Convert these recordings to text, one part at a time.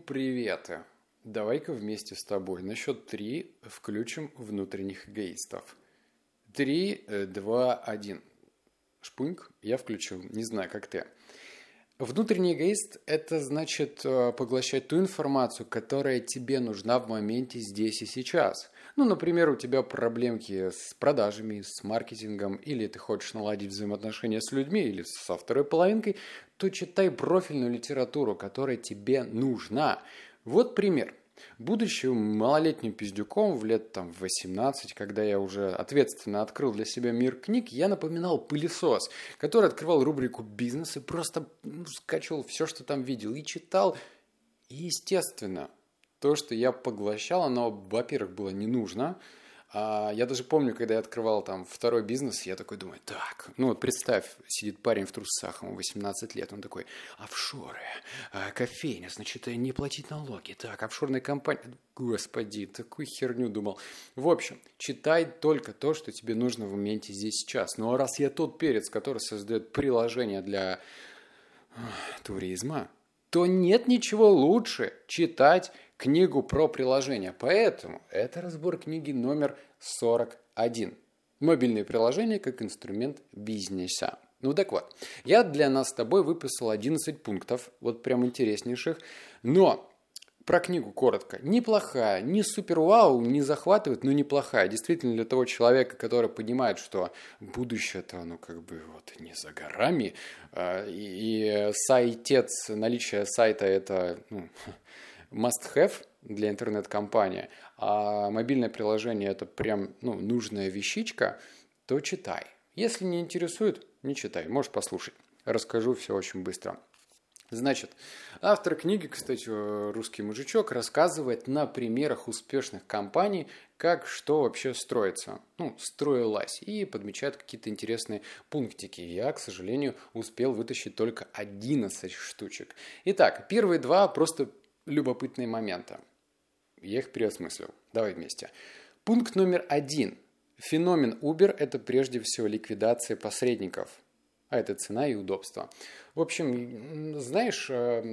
привет! Давай-ка вместе с тобой на счет 3 включим внутренних эгоистов. 3, 2, 1. Шпуньк, я включил, не знаю, как ты. Внутренний эгоист – это значит поглощать ту информацию, которая тебе нужна в моменте здесь и сейчас. Ну, например, у тебя проблемки с продажами, с маркетингом, или ты хочешь наладить взаимоотношения с людьми, или со второй половинкой, то читай профильную литературу, которая тебе нужна. Вот пример. Будучи малолетним пиздюком в лет 18, когда я уже ответственно открыл для себя мир книг, я напоминал пылесос, который открывал рубрику «Бизнес» и просто скачивал все, что там видел, и читал. И, естественно, то, что я поглощал, оно, во-первых, было не нужно. Я даже помню, когда я открывал второй бизнес, я такой думаю, так, вот представь, сидит парень в трусах, ему 18 лет, он такой, офшоры, кофейня, значит, не платить налоги, так, офшорная компания, господи, такую херню думал. В общем, читай только то, что тебе нужно в моменте здесь сейчас. Ну а раз я тот перец, который создает приложение для туризма, то нет ничего лучше читать книгу про приложения. Поэтому это разбор книги номер 41. Мобильные приложения как инструмент бизнеса. Ну так вот, я для нас с тобой выписал 11 пунктов, вот прям интереснейших, но про книгу коротко. Неплохая, не супер вау, не захватывает, но неплохая. Действительно, для того человека, который понимает, что будущее-то, не за горами, и сайтец, наличие сайта это must-have для интернет-компании, а мобильное приложение это прям нужная вещичка, то читай. Если не интересует, не читай, можешь послушать. Расскажу все очень быстро. Значит, автор книги, кстати, русский мужичок, рассказывает на примерах успешных компаний, как что вообще строится, строилось, и подмечает какие-то интересные пунктики. Я, к сожалению, успел вытащить только 11 штучек. Итак, первые два просто любопытные момента. Я их переосмыслил. Давай вместе. Пункт номер 1. Феномен Uber – это прежде всего ликвидация посредников. А это цена и удобство. В общем, знаешь,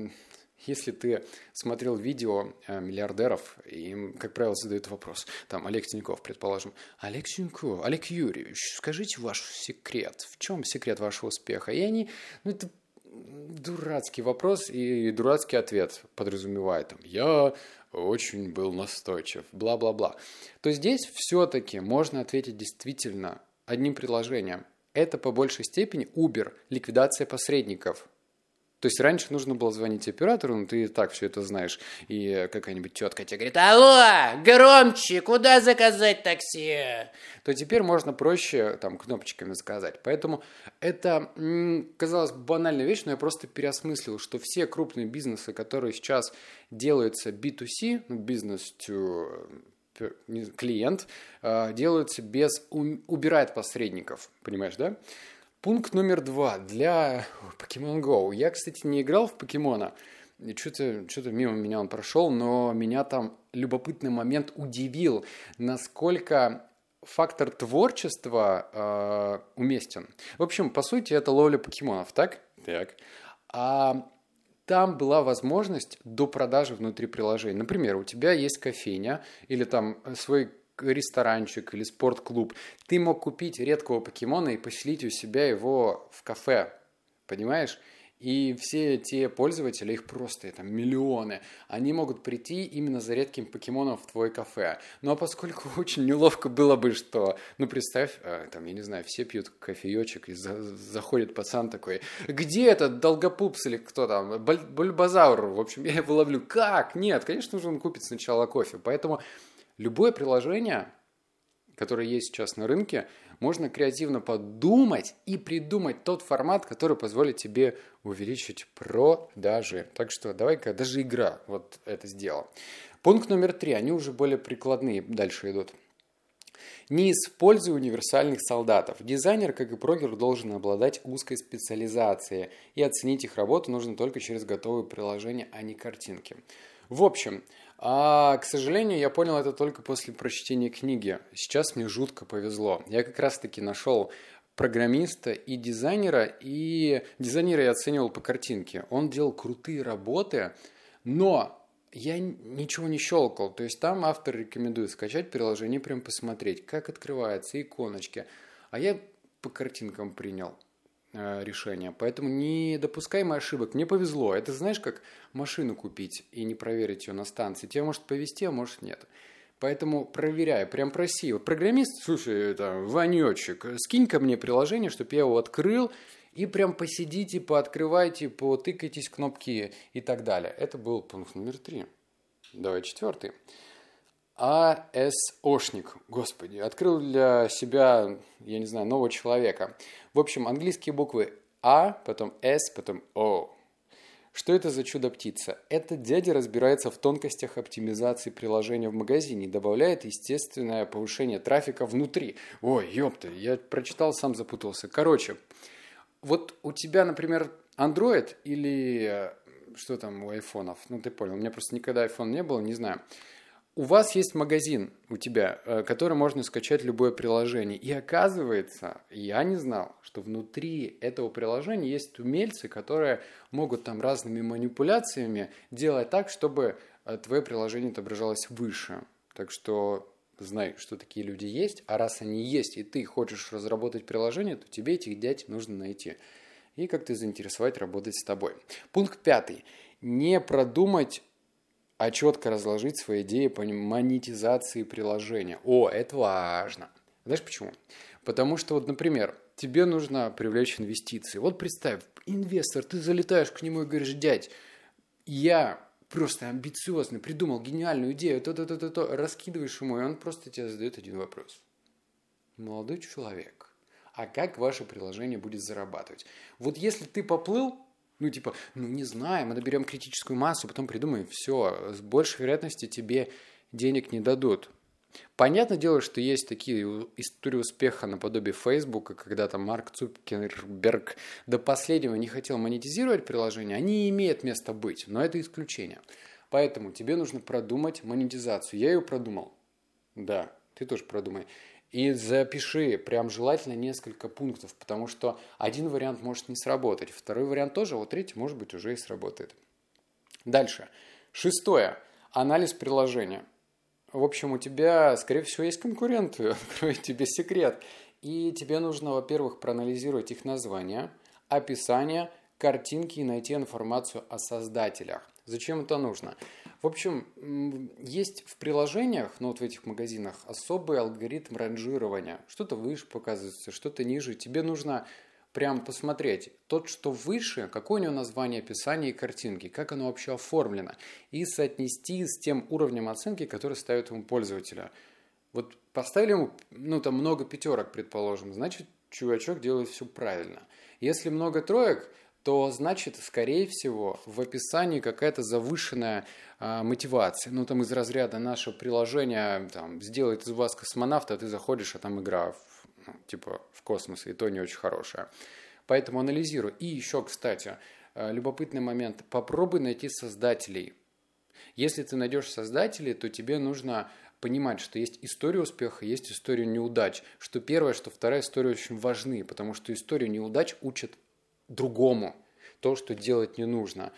если ты смотрел видео миллиардеров, им, как правило, задают вопрос, Олег Тиньков, предположим, Олег Тиньков, Олег Юрьевич, скажите ваш секрет, в чем секрет вашего успеха? И они, это дурацкий вопрос и дурацкий ответ подразумевает, я очень был настойчив, бла-бла-бла. То здесь все-таки можно ответить действительно одним предложением. Это по большей степени Uber, ликвидация посредников. То есть раньше нужно было звонить оператору, ты и так все это знаешь, и какая-нибудь тетка тебе говорит, алло, громче, куда заказать такси? То теперь можно проще кнопочками заказать. Поэтому это, казалось, банальная вещь, но я просто переосмыслил, что все крупные бизнесы, которые сейчас делаются B2C, бизнес to клиент, делаются без, убирает посредников, понимаешь, да? Пункт номер 2 для Pokemon Go. Я, кстати, не играл в покемона, что-то мимо меня он прошел, но меня там любопытный момент удивил, насколько фактор творчества уместен. В общем, по сути, это ловля покемонов, так? Так. А там была возможность до продажи внутри приложения. Например, у тебя есть кофейня или свой ресторанчик или спортклуб. Ты мог купить редкого покемона и поселить у себя его в кафе. Понимаешь? И все те пользователи, их просто миллионы, они могут прийти именно за редким покемоном в твой кафе. Ну а поскольку очень неловко было бы, что, представь, я не знаю, все пьют кофеечек, и заходит пацан такой, где этот Долгопупс или кто там, Бульбазаур, в общем, я его ловлю. Как? Нет, конечно же он купит сначала кофе. Поэтому любое приложение, которое есть сейчас на рынке, можно креативно подумать и придумать тот формат, который позволит тебе увеличить продажи. Так что давай-ка даже игра вот это сделала. Пункт номер 3. Они уже более прикладные. Дальше идут. Не используй универсальных солдатов. Дизайнер, как и прогер, должен обладать узкой специализацией. И оценить их работу нужно только через готовые приложения, а не картинки. В общем, к сожалению, я понял это только после прочтения книги. Сейчас мне жутко повезло. Я как раз-таки нашел программиста и дизайнера я оценивал по картинке. Он делал крутые работы, но Я ничего не щелкал. То есть там автор рекомендует скачать приложение, прям посмотреть, как открывается, иконочки. А я по картинкам принял решение. Поэтому не допускаем ошибок. Мне повезло. Это знаешь, как машину купить и не проверить ее на станции. Тебе может повезти, а может нет. Поэтому проверяй, прям проси. Вот программист, слушай, это, Ванечек, скинь ко мне приложение, чтобы я его открыл, и прям посидите, пооткрывайте, потыкайтесь в кнопки и так далее. Это был пункт номер 3. Давай 4. АСОшник. Господи, открыл для себя, я не знаю, нового человека. В общем, английские буквы А, потом С, потом О. Что это за чудо-птица? Этот дядя разбирается в тонкостях оптимизации приложения в магазине и добавляет естественное повышение трафика внутри. Ой, ёпта, я прочитал, сам запутался. Короче, вот у тебя, например, Android или что там у айфонов? Ну, ты понял, у меня просто никогда iPhone не было, не знаю. У вас есть магазин у тебя, который можно скачать любое приложение. И оказывается, я не знал, что внутри этого приложения есть умельцы, которые могут там разными манипуляциями делать так, чтобы твое приложение отображалось выше. Так что знай, что такие люди есть. А раз они есть, и ты хочешь разработать приложение, то тебе этих дядь нужно найти. И как-то заинтересовать работать с тобой. Пункт 5. Не продумать, а четко разложить свои идеи по монетизации приложения. О, это важно. Знаешь почему? Потому что, вот, например, тебе нужно привлечь инвестиции. Вот представь, инвестор, ты залетаешь к нему и говоришь: дядь, я просто амбициозный, придумал гениальную идею, то-то, раскидываешь ему, и он просто тебе задает один вопрос. Молодой человек, а как ваше приложение будет зарабатывать? Вот если ты поплыл, не знаю, мы наберем критическую массу, потом придумаем, все, с большей вероятностью тебе денег не дадут. Понятное дело, что есть такие истории успеха наподобие Фейсбука, когда там Марк Цукерберг до последнего не хотел монетизировать приложение, они имеют место быть, но это исключение. Поэтому тебе нужно продумать монетизацию. Я ее продумал. Да, ты тоже продумай. И запиши, прям желательно несколько пунктов, потому что один вариант может не сработать, второй вариант тоже, а вот третий, может быть, уже и сработает. Дальше. 6. Анализ приложения. В общем, у тебя, скорее всего, есть конкуренты, открою тебе секрет. И тебе нужно, во-первых, проанализировать их название, описание, картинки и найти информацию о создателях. Зачем это нужно? В общем, есть в приложениях, ну вот в этих магазинах, особый алгоритм ранжирования. Что-то выше показывается, что-то ниже. Тебе нужно прям посмотреть. Тот, что выше, какое у него название, описание и картинки, как оно вообще оформлено. И соотнести с тем уровнем оценки, который ставит ему пользователя. Вот поставили ему, там много 5, предположим, значит, чувачок делает все правильно. Если много 3, то значит, скорее всего, в описании какая-то завышенная мотивация. Там из разряда наше приложение сделает из вас космонавта, а ты заходишь, а там игра в космос, и то не очень хорошая. Поэтому анализируй. И еще, кстати, любопытный момент. Попробуй найти создателей. Если ты найдешь создателей, то тебе нужно понимать, что есть история успеха, есть история неудач. Что первая, что вторая история очень важны, потому что историю неудач учат другому, то, что делать не нужно.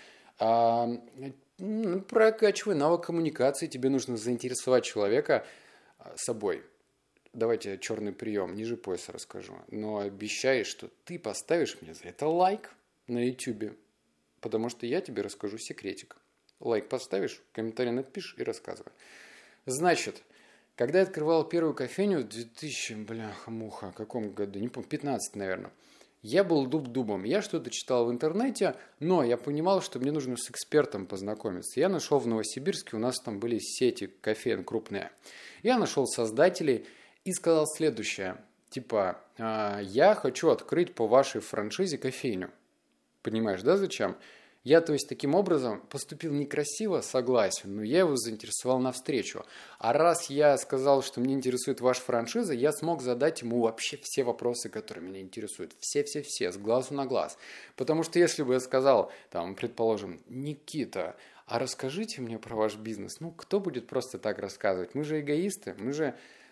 Прокачивай навык коммуникации, тебе нужно заинтересовать человека собой. Давайте черный прием, ниже пояса расскажу. Но обещай, что ты поставишь мне за это лайк на YouTube, потому что я тебе расскажу секретик. Лайк поставишь, комментарий напишешь и рассказывай. Значит, когда я открывал первую кофейню в 2000, каком году, не помню, 15, наверное, я был дуб-дубом. Я что-то читал в интернете, но я понимал, что мне нужно с экспертом познакомиться. Я нашел в Новосибирске, у нас там были сети кофеен крупные. Я нашел создателей и сказал следующее. Я хочу открыть по вашей франшизе кофейню. Понимаешь, да, зачем? Я, то есть, таким образом поступил некрасиво, согласен, но я его заинтересовал навстречу. А раз я сказал, что мне интересует ваша франшиза, я смог задать ему вообще все вопросы, которые меня интересуют. Все, с глазу на глаз. Потому что если бы я сказал, предположим, Никита, а расскажите мне про ваш бизнес. Кто будет просто так рассказывать? Мы же эгоисты, мы же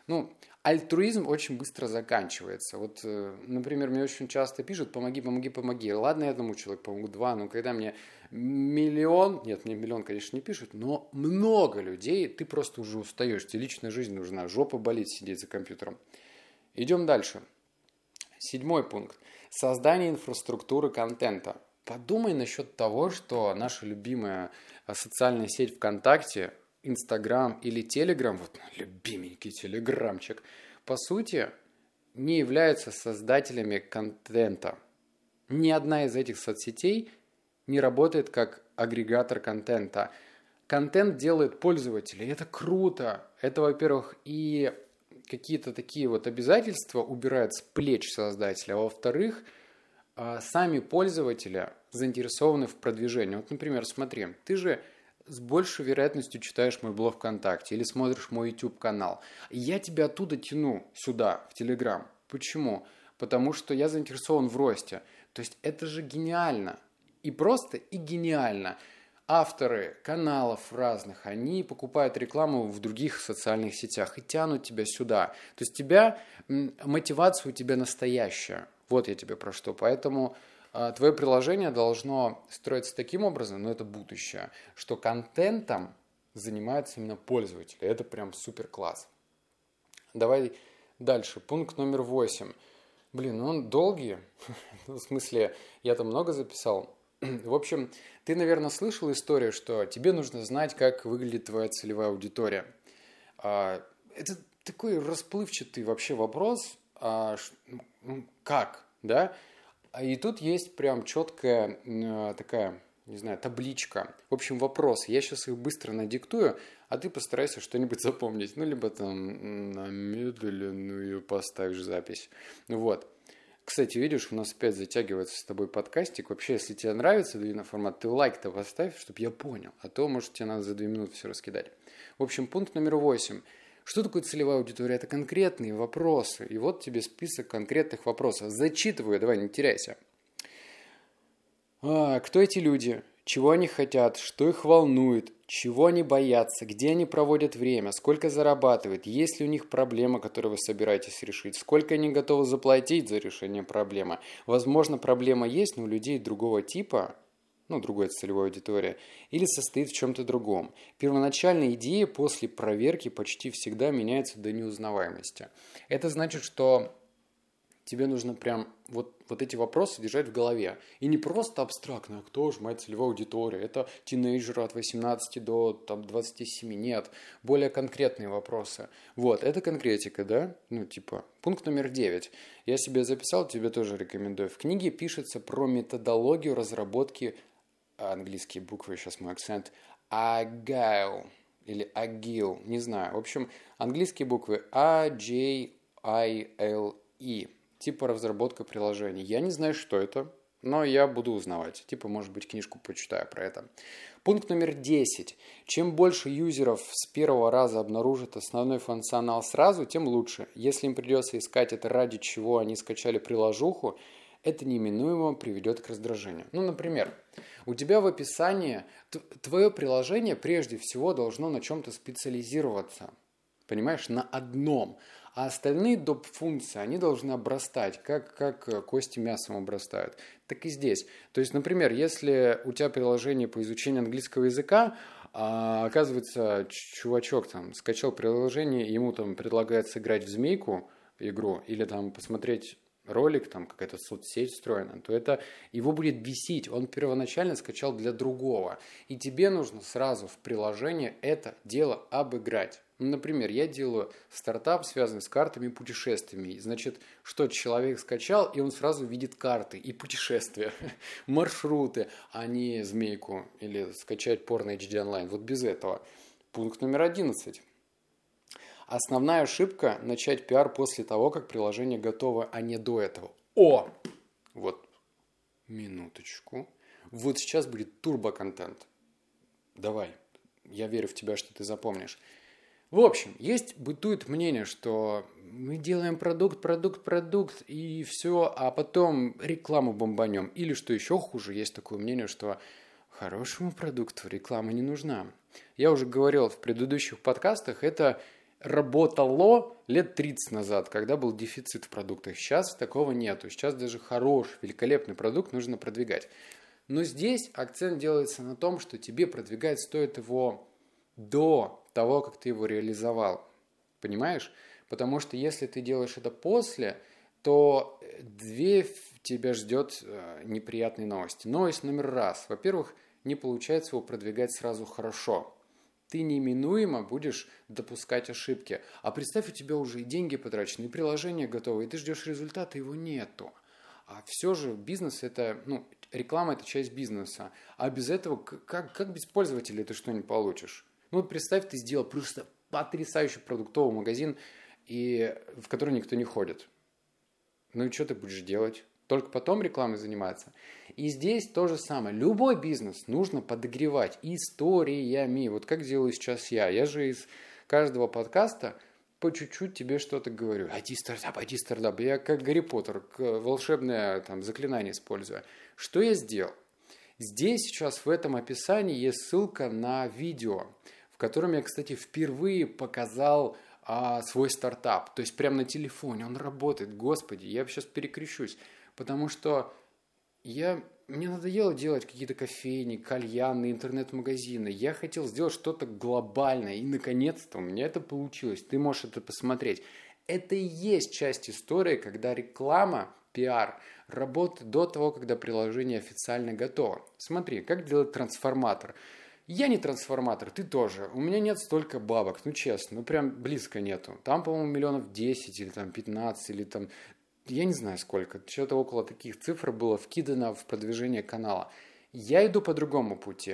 альтруизм очень быстро заканчивается. Вот, например, мне очень часто пишут: помоги, помоги, помоги. Ладно, я одному человеку помогу, два, но когда мне миллион, нет, мне миллион, конечно, не пишут, но много людей, ты просто уже устаешь, тебе личная жизнь нужна, жопа болит сидеть за компьютером. Идем дальше. 7 пункт. Создание инфраструктуры контента. Подумай насчет того, что наша любимая социальная сеть ВКонтакте, Инстаграм или Телеграм, вот любименький телеграмчик, по сути, не являются создателями контента. Ни одна из этих соцсетей не работает как агрегатор контента. Контент делает пользователи. Это круто. Это, во-первых, и какие-то такие вот обязательства убирает с плеч создателя. А во-вторых, сами пользователи заинтересованы в продвижении. Вот, например, смотри, ты же с большей вероятностью читаешь мой блог ВКонтакте или смотришь мой YouTube-канал. Я тебя оттуда тяну сюда, в Телеграм. Почему? Потому что я заинтересован в росте. То есть это же гениально. И просто, и гениально. Авторы каналов разных, они покупают рекламу в других социальных сетях и тянут тебя сюда. То есть мотивация у тебя настоящая. Вот я тебе про что. Поэтому твое приложение должно строиться таким образом, но это будущее, что контентом занимаются именно пользователи. Это прям супер класс. Давай дальше. Пункт номер 8. Он долгий. В смысле, я там много записал. В общем, ты, наверное, слышал историю, что тебе нужно знать, как выглядит твоя целевая аудитория. Это такой расплывчатый вообще вопрос. Как, да? И тут есть прям четкая такая, не знаю, табличка. В общем, вопросы. Я сейчас их быстро надиктую, а ты постарайся что-нибудь запомнить. Либо там на медленную поставишь запись. Вот. Кстати, видишь, у нас опять затягивается с тобой подкастик. Вообще, если тебе нравится формат, ты лайк-то поставь, чтобы я понял. А то, может, тебе надо за 2 минуты все раскидать. В общем, пункт номер 8. Что такое целевая аудитория? Это конкретные вопросы. И вот тебе список конкретных вопросов. Зачитываю, давай, не теряйся. Кто эти люди? Чего они хотят? Что их волнует? Чего они боятся? Где они проводят время? Сколько зарабатывают? Есть ли у них проблема, которую вы собираетесь решить? Сколько они готовы заплатить за решение проблемы? Возможно, проблема есть, но у людей другого типа, другой целевой аудитории, или состоит в чем-то другом. Первоначальная идея после проверки почти всегда меняется до неузнаваемости. Это значит, что тебе нужно прям вот эти вопросы держать в голове. И не просто абстрактно, а кто же моя целевая аудитория? Это тинейджеры от 18 до 27. Нет, более конкретные вопросы. Вот, это конкретика, да? Пункт номер 9. Я себе записал, тебе тоже рекомендую. В книге пишется про методологию разработки, английские буквы, сейчас мой акцент, Agile или Agile, не знаю. В общем, английские буквы A-J-I-L-E. Типа разработка приложений. Я не знаю, что это, но я буду узнавать. Может быть, книжку почитаю про это. Пункт номер 10. Чем больше юзеров с первого раза обнаружат основной функционал сразу, тем лучше. Если им придется искать это, ради чего они скачали приложуху, это неминуемо приведет к раздражению. Например, у тебя в описании твое приложение прежде всего должно на чем-то специализироваться. Понимаешь, на одном. А остальные доп-функции, они должны обрастать, как кости мясом обрастают. Так и здесь. То есть, например, если у тебя приложение по изучению английского языка, а оказывается, чувачок скачал приложение, ему предлагают сыграть в змейку игру или посмотреть ролик, какая-то соцсеть встроена, то это его будет бесить. Он первоначально скачал для другого. И тебе нужно сразу в приложение это дело обыграть. Например, я делаю стартап, связанный с картами и путешествиями. Значит, что человек скачал, и он сразу видит карты и путешествия, маршруты, а не змейку или скачать порно HD онлайн. Вот без этого. Пункт номер 11. Основная ошибка – начать пиар после того, как приложение готово, а не до этого. Вот, минуточку. Вот сейчас будет турбо-контент. Давай, я верю в тебя, что ты запомнишь. В общем, бытует мнение, что мы делаем продукт, и все, а потом рекламу бомбанем. Или, что еще хуже, есть такое мнение, что хорошему продукту реклама не нужна. Я уже говорил в предыдущих подкастах, это работало лет 30 назад, когда был дефицит в продуктах. Сейчас такого нету. Сейчас даже хороший, великолепный продукт нужно продвигать. Но здесь акцент делается на том, что тебе продвигать стоит его до того, как ты его реализовал. Понимаешь? Потому что если ты делаешь это после, то две тебя ждет неприятные новости. Новость номер раз. Во-первых, не получается его продвигать сразу хорошо. Ты неминуемо будешь допускать ошибки. А представь, у тебя уже и деньги потрачены, и приложение готово, и ты ждешь результата, его нету. А все же бизнес это, реклама это часть бизнеса. А без этого, как без пользователей ты что-нибудь получишь? Вот представь, ты сделал просто потрясающий продуктовый магазин, в который никто не ходит. Ну и что ты будешь делать? Только потом рекламой заниматься. И здесь то же самое. Любой бизнес нужно подогревать историями. Вот как делаю сейчас я. Я же из каждого подкаста по чуть-чуть тебе что-то говорю. Иди стартап. Я как Гарри Поттер, волшебное заклинание использую. Что я сделал? Здесь сейчас в этом описании есть ссылка на видео, в котором я, кстати, впервые показал свой стартап. То есть прямо на телефоне. Он работает. Господи, я сейчас перекрещусь. Потому что мне надоело делать какие-то кофейни, кальянные, интернет-магазины. Я хотел сделать что-то глобальное. И, наконец-то, у меня это получилось. Ты можешь это посмотреть. Это и есть часть истории, когда реклама, пиар, работает до того, когда приложение официально готово. Смотри, как делать трансформатор. Я не трансформатор, ты тоже. У меня нет столько бабок, честно, прям близко нету. Там, по-моему, миллионов 10 или 15, или я не знаю сколько. Что-то около таких цифр было вкидано в продвижение канала. Я иду по другому пути.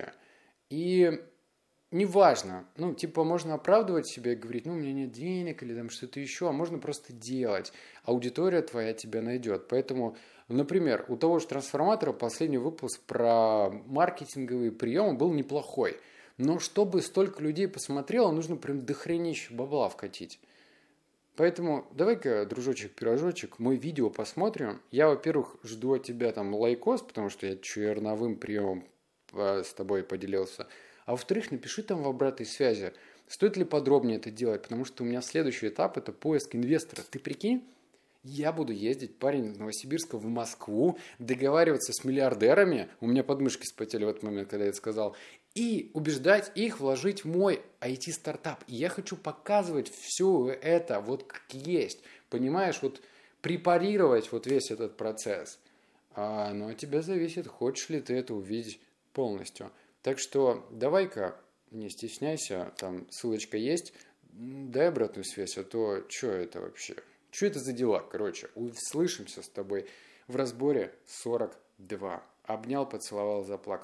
И неважно, можно оправдывать себя и говорить, у меня нет денег или что-то еще, а можно просто делать. Аудитория твоя тебя найдет. Поэтому, например, у того же трансформатора последний выпуск про маркетинговые приемы был неплохой. Но чтобы столько людей посмотрело, нужно прям дохренище бабла вкатить. Поэтому давай-ка, дружочек-пирожочек, мой видео посмотрим. Я, во-первых, жду от тебя лайкос, потому что я черновым приемом с тобой поделился. А во-вторых, напиши в обратной связи, стоит ли подробнее это делать, потому что у меня следующий этап – это поиск инвестора. Ты прикинь, я буду ездить, парень из Новосибирска, в Москву, договариваться с миллиардерами, у меня подмышки вспотели в этот момент, когда я это сказал, и убеждать их вложить в мой IT-стартап. И я хочу показывать все это как есть, понимаешь, препарировать весь этот процесс. Но от тебя зависит, хочешь ли ты это увидеть полностью. Так что давай-ка, не стесняйся, ссылочка есть, дай обратную связь, а то что это вообще? Что это за дела? Короче, услышимся с тобой в разборе 42. Обнял, поцеловал, заплакал.